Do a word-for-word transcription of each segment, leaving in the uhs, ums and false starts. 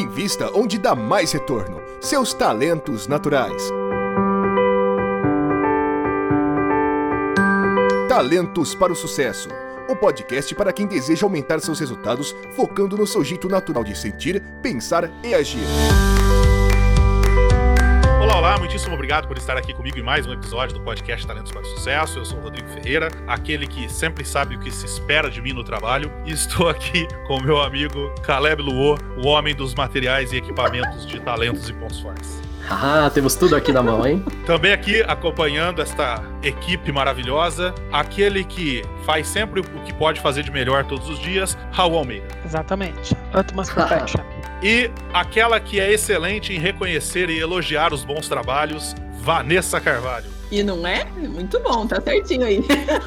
Invista onde dá mais retorno. Seus talentos naturais. Talentos para o Sucesso. O podcast para quem deseja aumentar seus resultados, focando no seu jeito natural de sentir, pensar e agir. Olá, olá, muitíssimo obrigado por estar aqui comigo em mais um episódio do podcast Talentos para o Sucesso. Eu sou o Rodrigo Ferreira, aquele que sempre sabe o que se espera de mim no trabalho, e estou aqui com o meu amigo Caleb Luo, o homem dos materiais e equipamentos de talentos e pontos fortes. Ah, temos tudo aqui na mão, hein? Também aqui acompanhando esta equipe maravilhosa, aquele que faz sempre o que pode fazer de melhor todos os dias, Raul Almeida. Exatamente. Utmost perfection. E aquela que é excelente em reconhecer e elogiar os bons trabalhos, Vanessa Carvalho. E não é? Muito bom, tá certinho aí.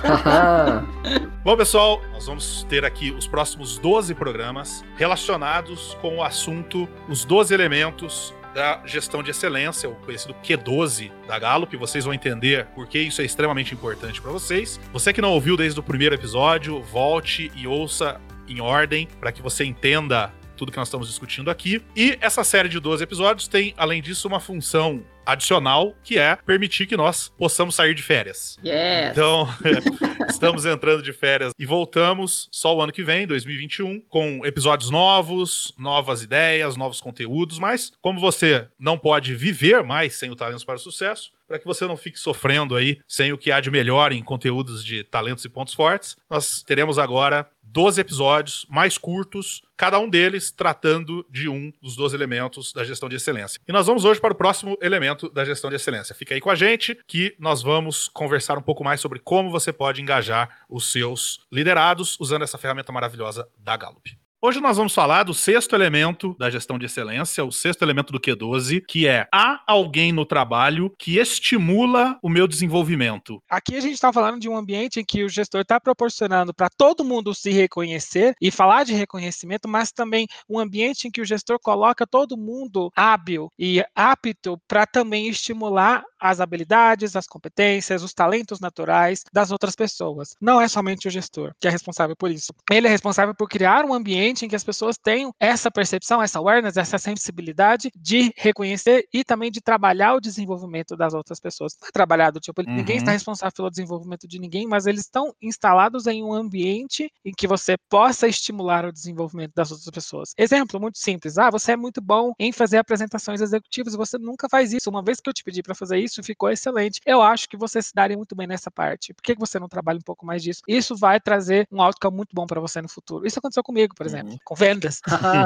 Bom, pessoal, nós vamos ter aqui os próximos doze programas relacionados com o assunto, os doze elementos da gestão de excelência, o conhecido Q doze da Gallup. Vocês vão entender por que isso é extremamente importante para vocês. Você que não ouviu desde o primeiro episódio, volte e ouça em ordem para que você entenda tudo que nós estamos discutindo aqui. E essa série de doze episódios tem, além disso, uma função adicional, que é permitir que nós possamos sair de férias. Yes. Então, estamos entrando de férias e voltamos só o ano que vem, dois mil e vinte e um, com episódios novos, novas ideias, novos conteúdos, mas como você não pode viver mais sem o Talentos para o Sucesso, para que você não fique sofrendo aí sem o que há de melhor em conteúdos de talentos e pontos fortes, nós teremos agora doze episódios mais curtos, cada um deles tratando de um dos doze elementos da gestão de excelência. E nós vamos hoje para o próximo elemento da gestão de excelência. Fica aí com a gente que nós vamos conversar um pouco mais sobre como você pode engajar os seus liderados usando essa ferramenta maravilhosa da Gallup. Hoje nós vamos falar do sexto elemento da gestão de excelência, o sexto elemento do Q doze, que é: há alguém no trabalho que estimula o meu desenvolvimento. Aqui a gente está falando de um ambiente em que o gestor está proporcionando para todo mundo se reconhecer e falar de reconhecimento, mas também um ambiente em que o gestor coloca todo mundo hábil e apto para também estimular as habilidades, as competências, os talentos naturais das outras pessoas. Não é somente o gestor que é responsável por isso. Ele é responsável por criar um ambiente em que as pessoas tenham essa percepção, essa awareness, essa sensibilidade de reconhecer e também de trabalhar o desenvolvimento das outras pessoas. Não é trabalhado, tipo, uhum. Ninguém está responsável pelo desenvolvimento de ninguém, mas eles estão instalados em um ambiente em que você possa estimular o desenvolvimento das outras pessoas. Exemplo muito simples: ah, você é muito bom em fazer apresentações executivas e você nunca faz isso. Uma vez que eu te pedi para fazer isso, ficou excelente. Eu acho que você se daria muito bem nessa parte. Por que você não trabalha um pouco mais disso? Isso vai trazer um outcome muito bom para você no futuro. Isso aconteceu comigo, por exemplo. Com vendas.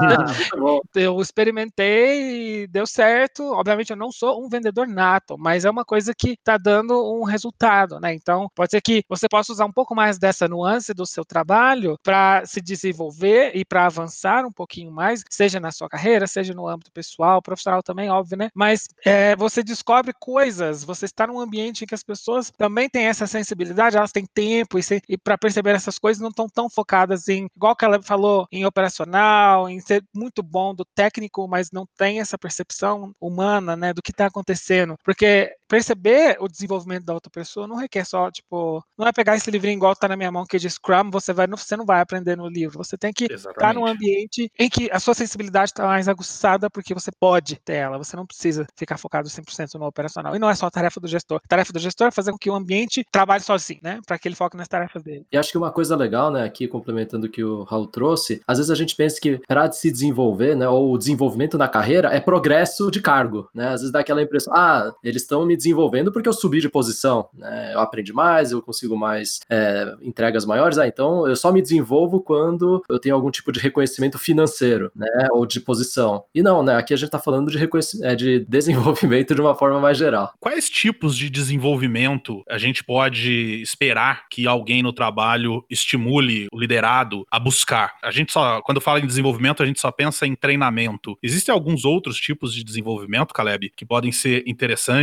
Eu experimentei e deu certo. Obviamente eu não sou um vendedor nato, mas é uma coisa que está dando um resultado, né? Então pode ser que você possa usar um pouco mais dessa nuance do seu trabalho para se desenvolver e para avançar um pouquinho mais, seja na sua carreira, seja no âmbito pessoal, profissional também, óbvio, né? Mas é, você descobre coisas, você está num ambiente em que as pessoas também têm essa sensibilidade, elas têm tempo e, e para perceber essas coisas não estão tão focadas em, igual que ela falou, em operacional, em ser muito bom do técnico, mas não tem essa percepção humana, né, do que está acontecendo. Porque perceber o desenvolvimento da outra pessoa não requer só, tipo, não é pegar esse livrinho igual está na minha mão que é de Scrum, você, vai, você não vai aprender no livro. Você tem que estar num ambiente em que a sua sensibilidade está mais aguçada porque você pode ter ela. Você não precisa ficar focado cem por cento no operacional. E não é só a tarefa do gestor. A tarefa do gestor é fazer com que o ambiente trabalhe sozinho, né, para que ele foque nas tarefas dele. E acho que uma coisa legal, né, aqui complementando o que o Raul trouxe, às vezes a gente pensa que para se desenvolver, né, ou o desenvolvimento na carreira é progresso de cargo, né? Às vezes dá aquela impressão: ah, eles estão me desenvolvendo porque eu subi de posição, né? Eu aprendi mais, eu consigo mais é, entregas maiores, ah, então eu só me desenvolvo quando eu tenho algum tipo de reconhecimento financeiro, né, ou de posição. E não, né, aqui a gente tá falando de, reconhec- de desenvolvimento de uma forma mais geral. Quais tipos de desenvolvimento a gente pode esperar que alguém no trabalho estimule o liderado a buscar? A gente só, quando fala em desenvolvimento, a gente só pensa em treinamento. Existem alguns outros tipos de desenvolvimento, Caleb, que podem ser interessantes, que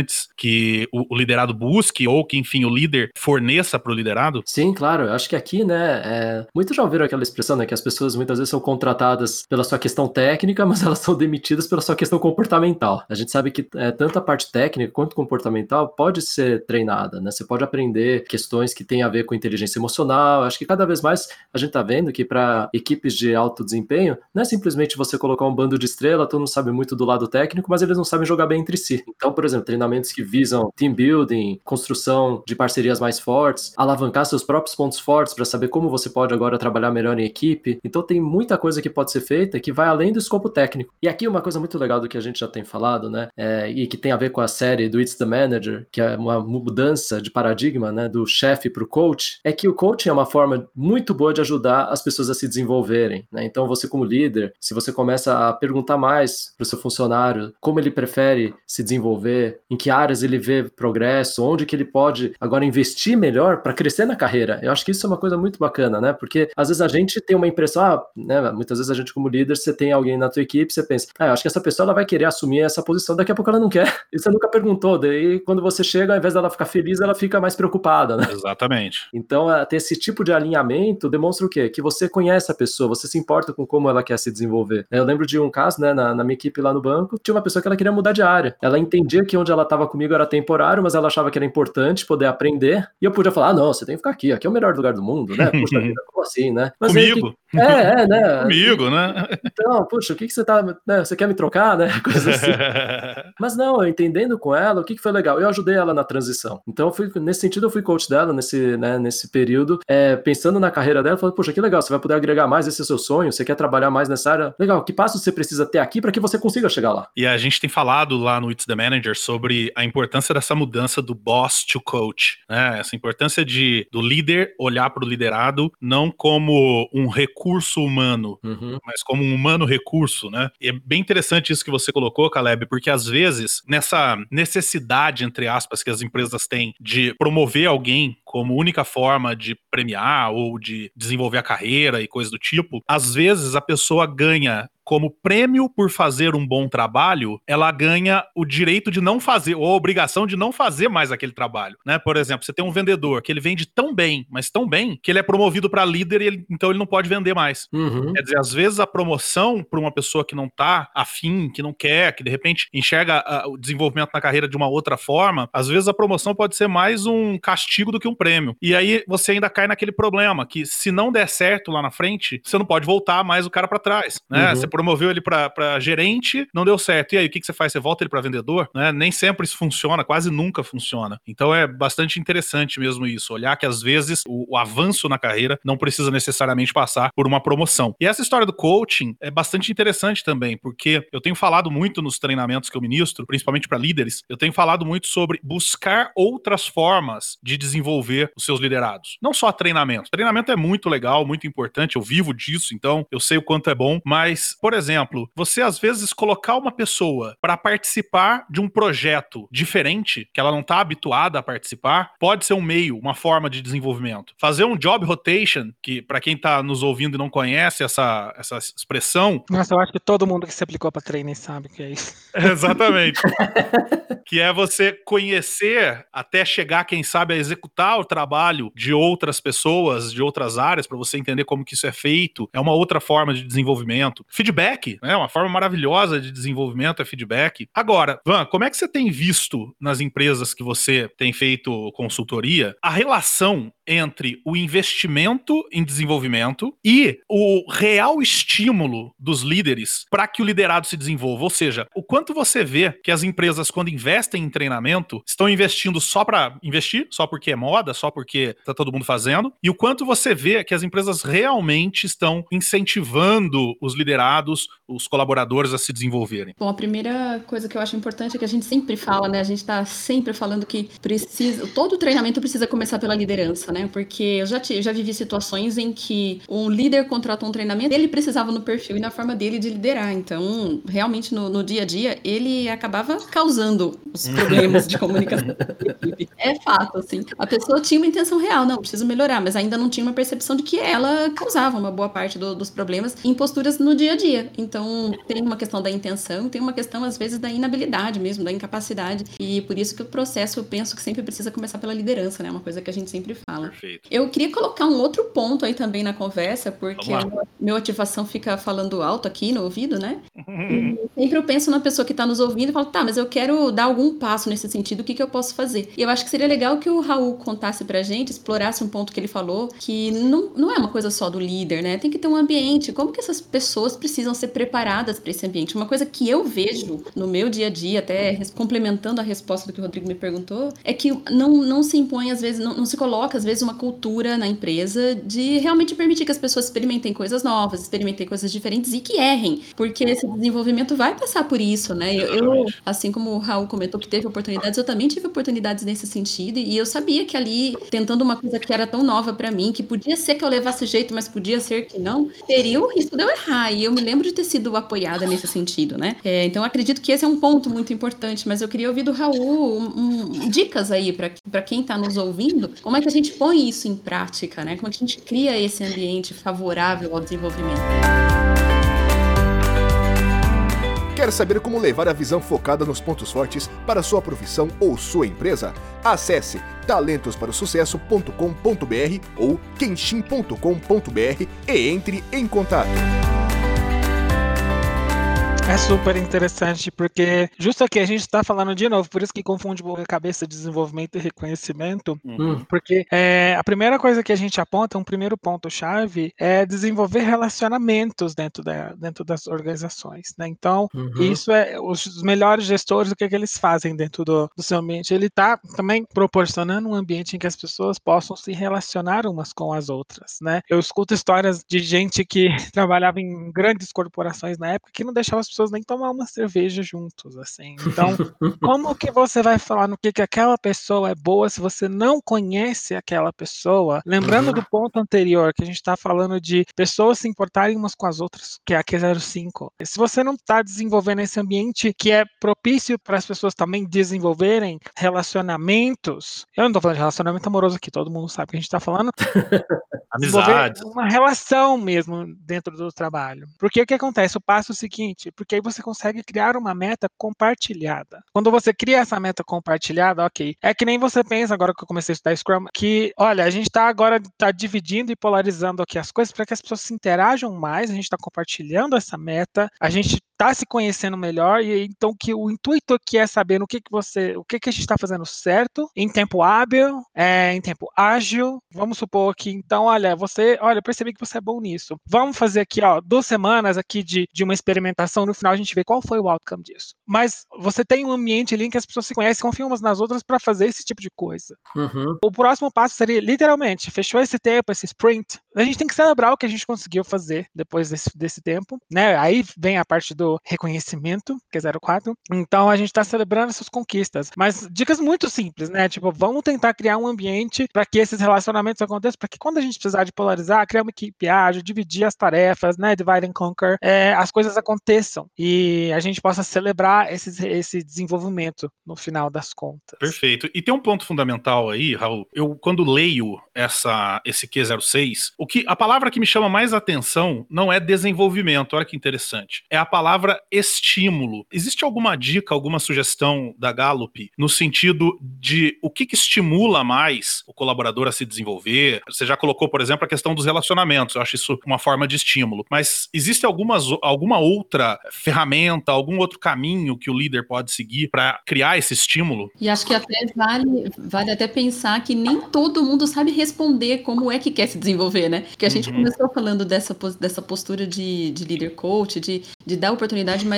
que o, o liderado busque ou que, enfim, o líder forneça para o liderado? Sim, claro. Eu acho que aqui, né, é... muitos já ouviram aquela expressão, né, que as pessoas muitas vezes são contratadas pela sua questão técnica, mas elas são demitidas pela sua questão comportamental. A gente sabe que é, tanto a parte técnica quanto comportamental pode ser treinada, né? Você pode aprender questões que têm a ver com inteligência emocional. Acho que cada vez mais a gente tá vendo que para equipes de alto desempenho, não é simplesmente você colocar um bando de estrela, todo mundo sabe muito do lado técnico, mas eles não sabem jogar bem entre si. Então, por exemplo, treinamentos que visam team building, construção de parcerias mais fortes, alavancar seus próprios pontos fortes para saber como você pode agora trabalhar melhor em equipe. Então tem muita coisa que pode ser feita que vai além do escopo técnico. E aqui uma coisa muito legal do que a gente já tem falado, né, é, e que tem a ver com a série do It's the Manager, que é uma mudança de paradigma, né, do chefe para o coach, é que o coaching é uma forma muito boa de ajudar as pessoas a se desenvolverem, né? Então você como líder, se você começa a perguntar mais para o seu funcionário como ele prefere se desenvolver, em que áreas ele vê progresso, onde que ele pode agora investir melhor para crescer na carreira. Eu acho que isso é uma coisa muito bacana, né? Porque às vezes a gente tem uma impressão, ah, né, muitas vezes a gente como líder, você tem alguém na tua equipe, você pensa, ah, eu acho que essa pessoa ela vai querer assumir essa posição, daqui a pouco ela não quer. E você nunca perguntou, daí quando você chega, ao invés dela ficar feliz, ela fica mais preocupada, né? Exatamente. Então, ter esse tipo de alinhamento demonstra o quê? Que você conhece a pessoa, você se importa com como ela quer se desenvolver. Eu lembro de um caso, né, na, na minha equipe lá no banco, tinha uma pessoa que ela queria mudar de área. Ela entendia que onde ela estava comigo era temporário, mas ela achava que era importante poder aprender, e eu podia falar, ah, não, você tem que ficar aqui, aqui é o melhor lugar do mundo, né? Puxa vida, como assim, né? Mas Comigo? Aí, que... É, é, né? Comigo, né? Então, puxa, o que que você tá, né, você quer me trocar, né? Coisa assim. Mas não, eu entendendo com ela, o que que foi legal? Eu ajudei ela na transição. Então, eu fui, nesse sentido, eu fui coach dela nesse, né, nesse período, é, pensando na carreira dela, falando, poxa, que legal, você vai poder agregar mais, esse é o seu sonho, você quer trabalhar mais nessa área? Legal, que passos você precisa ter aqui para que você consiga chegar lá? E a gente tem falado lá no It's the Manager sobre a importância dessa mudança do boss to coach, né? Essa importância de, do líder olhar para o liderado não como um recurso humano, uhum. mas como um humano recurso, né? E é bem interessante isso que você colocou, Caleb, porque às vezes, nessa necessidade, entre aspas, que as empresas têm de promover alguém como única forma de premiar ou de desenvolver a carreira e coisa do tipo, às vezes a pessoa ganha como prêmio por fazer um bom trabalho, ela ganha o direito de não fazer, ou a obrigação de não fazer mais aquele trabalho, né? Por exemplo, você tem um vendedor que ele vende tão bem, mas tão bem, que ele é promovido para líder e ele, então ele não pode vender mais. Uhum. Quer dizer, às vezes a promoção para uma pessoa que não tá afim, que não quer, que de repente enxerga a, o desenvolvimento na carreira de uma outra forma, às vezes a promoção pode ser mais um castigo do que um prêmio. E aí você ainda cai naquele problema, que se não der certo lá na frente, você não pode voltar mais o cara para trás, né? Uhum. Você promoveu ele para gerente, não deu certo. E aí, o que, que você faz? Você volta ele para vendedor? Né? Nem sempre isso funciona, quase nunca funciona. Então é bastante interessante mesmo isso, olhar que às vezes o, o avanço na carreira não precisa necessariamente passar por uma promoção. E essa história do coaching é bastante interessante também, porque eu tenho falado muito nos treinamentos que eu ministro, principalmente para líderes, eu tenho falado muito sobre buscar outras formas de desenvolver os seus liderados. Não só treinamento. Treinamento é muito legal, muito importante, eu vivo disso, então eu sei o quanto é bom, mas, por exemplo, você às vezes colocar uma pessoa para participar de um projeto diferente, que ela não está habituada a participar, pode ser um meio, uma forma de desenvolvimento. Fazer um job rotation, que para quem está nos ouvindo e não conhece essa, essa expressão... Nossa, eu acho que todo mundo que se aplicou para treinar sabe que é isso. Exatamente. Que é você conhecer até chegar, quem sabe, a executar o trabalho de outras pessoas, de outras áreas, para você entender como que isso é feito. É uma outra forma de desenvolvimento. Feedback, né? Uma forma maravilhosa de desenvolvimento é feedback. Agora, Van, como é que você tem visto nas empresas que você tem feito consultoria a relação entre o investimento em desenvolvimento e o real estímulo dos líderes para que o liderado se desenvolva? Ou seja, o quanto você vê que as empresas, quando investem em treinamento, estão investindo só para investir, só porque é moda, só porque está todo mundo fazendo, e o quanto você vê que as empresas realmente estão incentivando os liderados, os colaboradores a se desenvolverem? Bom, a primeira coisa que eu acho importante é que a gente sempre fala, né? A gente está sempre falando que precisa, todo treinamento precisa começar pela liderança, né? Porque eu já, eu já vivi situações em que um líder contratou um treinamento, ele precisava no perfil e na forma dele de liderar. Então, realmente, no, no dia a dia, ele acabava causando os problemas de comunicação. É fato, assim. A pessoa tinha uma intenção real, não, preciso melhorar, mas ainda não tinha uma percepção de que ela causava uma boa parte do, dos problemas em posturas no dia a dia. Então, tem uma questão da intenção, tem uma questão, às vezes, da inabilidade mesmo, da incapacidade. E por isso que o processo, eu penso que sempre precisa começar pela liderança, né? Uma coisa que a gente sempre fala. Perfeito. Eu queria colocar um outro ponto aí também na conversa, porque a minha ativação fica falando alto aqui no ouvido, né? E sempre eu penso na pessoa que está nos ouvindo e falo, tá, mas eu quero dar algum passo nesse sentido, o que, que eu posso fazer? E eu acho que seria legal que o Raul contasse pra gente, explorasse um ponto que ele falou, que não, não é uma coisa só do líder, né? Tem que ter um ambiente. Como que essas pessoas precisam ser preparadas para esse ambiente? Uma coisa que eu vejo no meu dia a dia, até complementando a resposta do que o Rodrigo me perguntou, é que não, não se impõe, às vezes, não, não se coloca, às vezes, uma cultura na empresa de realmente permitir que as pessoas experimentem coisas novas, experimentem coisas diferentes e que errem, porque esse desenvolvimento vai passar por isso, né? Eu, eu, assim como o Raul comentou que teve oportunidades, eu também tive oportunidades nesse sentido, e eu sabia que ali, tentando uma coisa que era tão nova pra mim, que podia ser que eu levasse jeito, mas podia ser que não, teria o risco de eu errar, e eu me lembro de ter sido apoiada nesse sentido, né? É, então, eu acredito que esse é um ponto muito importante, mas eu queria ouvir do Raul um, um, dicas aí pra, pra quem tá nos ouvindo, como é que a gente põe isso em prática, né? Como é que a gente cria esse ambiente favorável ao desenvolvimento. Quer saber como levar a visão focada nos pontos fortes para sua profissão ou sua empresa? Acesse talentos para o sucesso ponto com ponto b r ou kenshin ponto com ponto b r e entre em contato. É super interessante, porque justo aqui a gente está falando de novo, por isso que confunde um pouco a cabeça de desenvolvimento e reconhecimento, Hum. porque é, a primeira coisa que a gente aponta, um primeiro ponto-chave, é desenvolver relacionamentos dentro, da, dentro das organizações, né? Então, Uhum. isso é, os melhores gestores, o que, é que eles fazem dentro do, do seu ambiente? Ele está também proporcionando um ambiente em que as pessoas possam se relacionar umas com as outras, né? Eu escuto histórias de gente que trabalhava em grandes corporações na época que não deixava as pessoas nem tomar uma cerveja juntos, assim. Então, como que você vai falar no que, que aquela pessoa é boa se você não conhece aquela pessoa? Lembrando do ponto anterior, que a gente está falando de pessoas se importarem umas com as outras, que é a Q zero cinco. Se você não está desenvolvendo esse ambiente que é propício para as pessoas também desenvolverem relacionamentos, eu não estou falando de relacionamento amoroso aqui, todo mundo sabe o que a gente está falando. Amizade. Uma relação mesmo dentro do trabalho. Porque o que acontece? O passo é o seguinte, porque aí você consegue criar uma meta compartilhada. Quando você cria essa meta compartilhada, ok, é que nem você pensa, agora que eu comecei a estudar Scrum, que, olha, a gente está agora tá dividindo e polarizando aqui as coisas para que as pessoas se interajam mais, a gente está compartilhando essa meta, a gente está se conhecendo melhor, e então que o intuito aqui é saber no que, que você, o que, que a gente está fazendo certo, em tempo hábil, é, em tempo ágil. Vamos supor que, então, olha, você, olha, eu percebi que você é bom nisso. Vamos fazer aqui, ó, duas semanas aqui de, de uma experimentação, no final a gente vê qual foi o outcome disso. Mas você tem um ambiente ali em que as pessoas se conhecem, confiam umas nas outras para fazer esse tipo de coisa. Uhum. O próximo passo seria, literalmente, fechou esse tempo, esse sprint, a gente tem que celebrar o que a gente conseguiu fazer depois desse, desse tempo, né? Aí vem a parte do reconhecimento, que é zero quatro. Então, a gente está celebrando essas conquistas. Mas dicas muito simples, né? Tipo, vamos tentar criar um ambiente para que esses relacionamentos aconteçam, para que quando a gente precisar de polarizar, criar uma equipe ágil, dividir as tarefas, né? Divide and conquer, é, as coisas aconteçam e a gente possa celebrar esse, esse desenvolvimento no final das contas. Perfeito. E tem um ponto fundamental aí, Raul. Eu, quando leio essa, esse Q zero seis, o que, a palavra que me chama mais atenção não é desenvolvimento, olha que interessante. É a palavra estímulo. Existe alguma dica, alguma sugestão da Gallup no sentido de o que, que estimula mais o colaborador a se desenvolver? Você já colocou, por exemplo, a questão dos relacionamentos. Eu acho isso uma forma de estímulo. Mas existe algumas, alguma outra ferramenta, algum outro caminho que o líder pode seguir para criar esse estímulo? E acho que até vale, vale até pensar que nem todo mundo sabe responder como é que quer se desenvolver, né? Porque a gente uhum. começou falando dessa, dessa postura de, de líder coach, de, de dar oportunidade, mas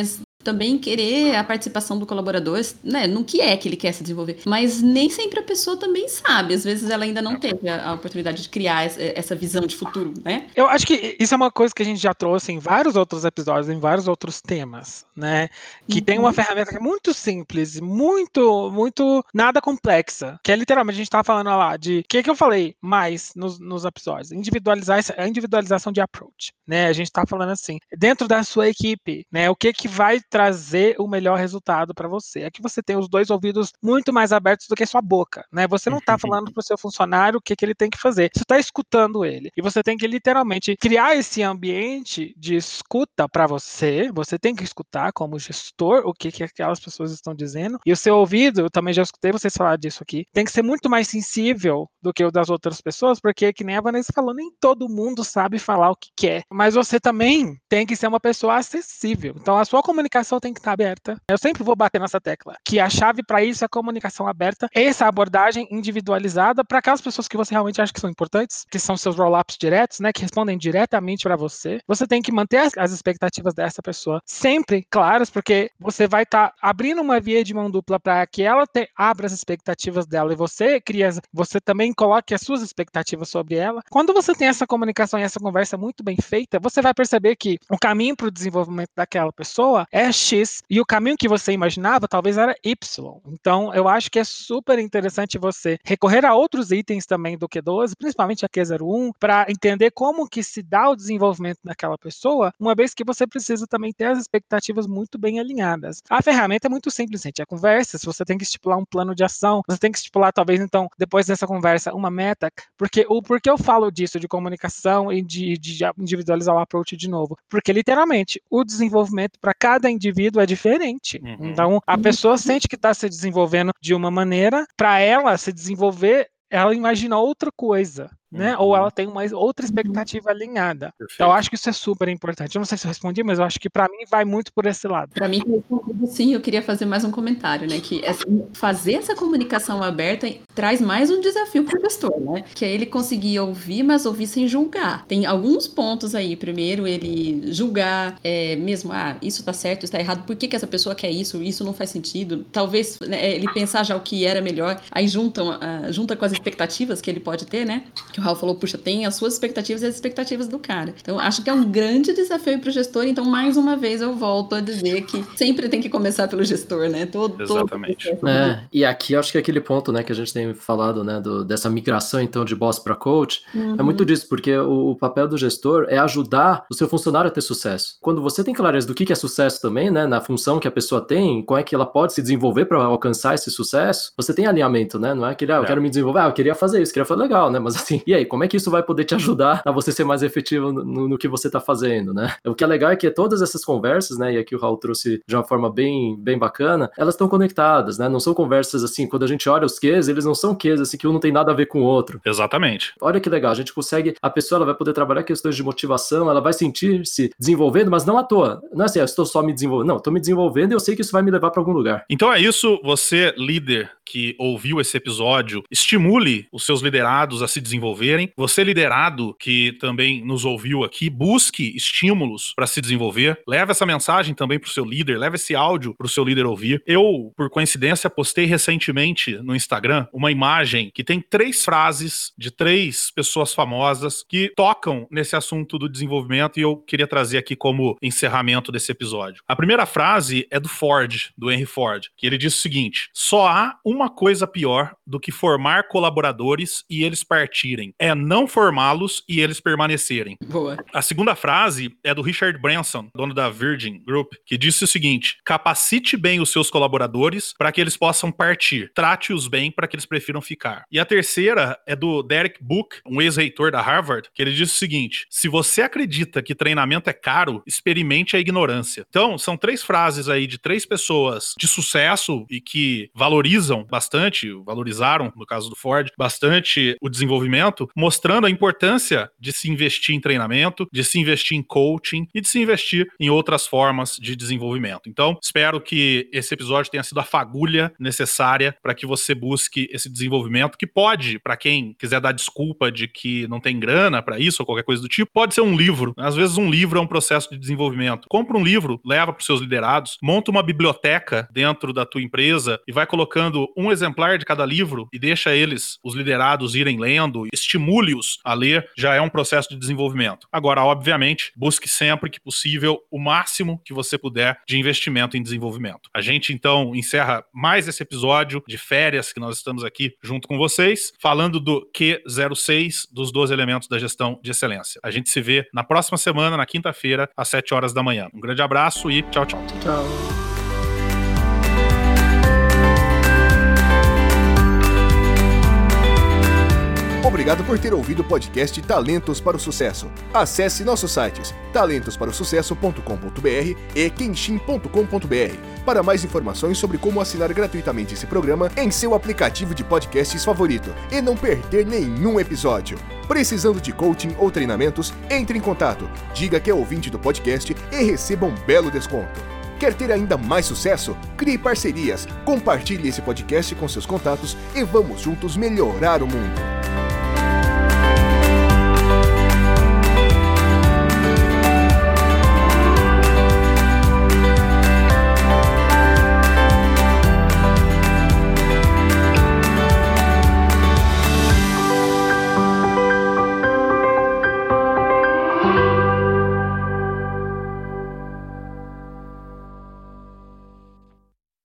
também querer a participação do colaborador, né, no que é que ele quer se desenvolver. Mas nem sempre a pessoa também sabe, às vezes ela ainda não teve a, a oportunidade de criar essa, essa visão de futuro, né? Eu acho que isso é uma coisa que a gente já trouxe em vários outros episódios, em vários outros temas, né? Que uhum. tem uma ferramenta que é muito simples, muito, muito nada complexa, que é literalmente, a gente tava falando lá de, o que que eu falei mais nos, nos episódios? Individualizar, a individualização de approach, né? A gente tá falando assim, dentro da sua equipe, né? O que que vai trazer o melhor resultado para você? É que você tem os dois ouvidos muito mais abertos do que a sua boca, né? Você não tá falando pro seu funcionário o que que ele tem que fazer, você tá escutando ele, e você tem que literalmente criar esse ambiente de escuta para você, você tem que escutar como gestor o que que aquelas pessoas estão dizendo, e o seu ouvido, eu também já escutei vocês falar disso aqui, tem que ser muito mais sensível do que o das outras pessoas, porque, que nem a Vanessa falou, nem todo mundo sabe falar o que quer, mas você também tem que ser uma pessoa acessível, então a sua comunicação tem que estar aberta. Eu sempre vou bater nessa tecla, que a chave para isso é a comunicação aberta, essa abordagem individualizada para aquelas pessoas que você realmente acha que são importantes, que são seus roll-ups diretos, né, que respondem diretamente para você. Você tem que manter as, as expectativas dessa pessoa sempre claras, porque você vai estar tá abrindo uma via de mão dupla para que ela te, abra as expectativas dela e você cria, você também coloque as suas expectativas sobre ela. Quando você tem essa comunicação e essa conversa muito bem feita, você vai perceber que o caminho para o desenvolvimento daquela pessoa é X e o caminho que você imaginava talvez era Y. Então, eu acho que é super interessante você recorrer a outros itens também do Q doze, principalmente a Q zero um, para entender como que se dá o desenvolvimento daquela pessoa, uma vez que você precisa também ter as expectativas muito bem alinhadas. A ferramenta é muito simples, gente, é conversa, se você tem que estipular um plano de ação, você tem que estipular, talvez, então, depois dessa conversa, uma meta, porque o porquê eu falo disso, de comunicação e de, de individualizar o approach de novo? Porque, literalmente, o desenvolvimento para cada indivíduo é diferente. Uhum. Então, a pessoa sente que está se desenvolvendo de uma maneira, para ela se desenvolver, ela imagina outra coisa, né? Uhum. Ou ela tem uma outra expectativa alinhada. Perfeito. Então, eu acho que isso é super importante. Eu não sei se eu respondi, mas eu acho que para mim vai muito por esse lado. Para mim, sim, eu queria fazer mais um comentário, né? Que fazer essa comunicação aberta traz mais um desafio para o gestor, né? Que é ele conseguir ouvir, mas ouvir sem julgar. Tem alguns pontos aí. Primeiro, ele julgar é, mesmo, ah, isso tá certo, isso tá errado, por que que essa pessoa quer isso? Isso não faz sentido. Talvez, né, ele pensar já o que era melhor, aí juntam, uh, junta com as expectativas que ele pode ter, né? Que o Raul falou, puxa, tem as suas expectativas e as expectativas do cara. Então, acho que é um grande desafio para o gestor. Então, mais uma vez, eu volto a dizer que sempre tem que começar pelo gestor, né? Todo, Exatamente. Todo é, e aqui, acho que é aquele ponto, né, que a gente tem falado, né, do, dessa migração, então, de boss para coach, uhum. é muito disso, porque o, o papel do gestor é ajudar o seu funcionário a ter sucesso. Quando você tem clareza do que, que é sucesso também, né, na função que a pessoa tem, como é que ela pode se desenvolver para alcançar esse sucesso, você tem alinhamento, né? Não é aquele, ah, eu é. quero me desenvolver, ah, eu queria fazer isso, queria fazer legal, né? Mas assim, e aí, como é que isso vai poder te ajudar a você ser mais efetivo no, no que você tá fazendo, né? O que é legal é que todas essas conversas, né, e aqui o Raul trouxe de uma forma bem, bem bacana, elas estão conectadas, né? Não são conversas assim, quando a gente olha os Qs, eles não são Qs assim, que um não tem nada a ver com o outro. Exatamente. Olha que legal, a gente consegue, a pessoa ela vai poder trabalhar questões de motivação, ela vai sentir-se desenvolvendo, mas não à toa. Não é assim, eu estou só me desenvolvendo, não, estou me desenvolvendo e eu sei que isso vai me levar para algum lugar. Então é isso, você, líder que ouviu esse episódio, estimule os seus liderados a se desenvolverem. Você, liderado, que também nos ouviu aqui, busque estímulos para se desenvolver. Leve essa mensagem também para o seu líder, leve esse áudio para o seu líder ouvir. Eu, por coincidência, postei recentemente no Instagram uma imagem que tem três frases de três pessoas famosas que tocam nesse assunto do desenvolvimento e eu queria trazer aqui como encerramento desse episódio. A primeira frase é do Ford, do Henry Ford, que ele diz o seguinte: só há uma coisa pior do que formar colaboradores e eles partirem, é não formá-los e eles permanecerem. Boa. A segunda frase é do Richard Branson, dono da Virgin Group, que disse o seguinte: capacite bem os seus colaboradores para que eles possam partir, trate-os bem para que eles prefiram ficar. E a terceira é do Derek Book, um ex-reitor da Harvard, que ele disse o seguinte: se você acredita que treinamento é caro, experimente a ignorância. Então, são três frases aí de três pessoas de sucesso e que valorizam bastante, valorizaram, no caso do Ford, bastante o desenvolvimento, desenvolvimento, mostrando a importância de se investir em treinamento, de se investir em coaching e de se investir em outras formas de desenvolvimento. Então, espero que esse episódio tenha sido a fagulha necessária para que você busque esse desenvolvimento, que pode, para quem quiser dar desculpa de que não tem grana para isso ou qualquer coisa do tipo, pode ser um livro. Às vezes um livro é um processo de desenvolvimento. Compra um livro, leva para os seus liderados, monta uma biblioteca dentro da tua empresa e vai colocando um exemplar de cada livro e deixa eles, os liderados, irem lendo, estimule-os a ler, já é um processo de desenvolvimento. Agora, obviamente, busque sempre que possível o máximo que você puder de investimento em desenvolvimento. A gente, então, encerra mais esse episódio de férias que nós estamos aqui junto com vocês, falando do Q zero seis, dos doze elementos da gestão de excelência. A gente se vê na próxima semana, na quinta-feira, às sete horas da manhã. Um grande abraço e tchau, tchau. Tchau. Obrigado por ter ouvido o podcast Talentos para o Sucesso. Acesse nossos sites talentos para o sucesso ponto com ponto b r e kenshin ponto com ponto b r para mais informações sobre como assinar gratuitamente esse programa em seu aplicativo de podcasts favorito e não perder nenhum episódio. Precisando de coaching ou treinamentos? Entre em contato, diga que é ouvinte do podcast e receba um belo desconto. Quer ter ainda mais sucesso? Crie parcerias, compartilhe esse podcast com seus contatos e vamos juntos melhorar o mundo.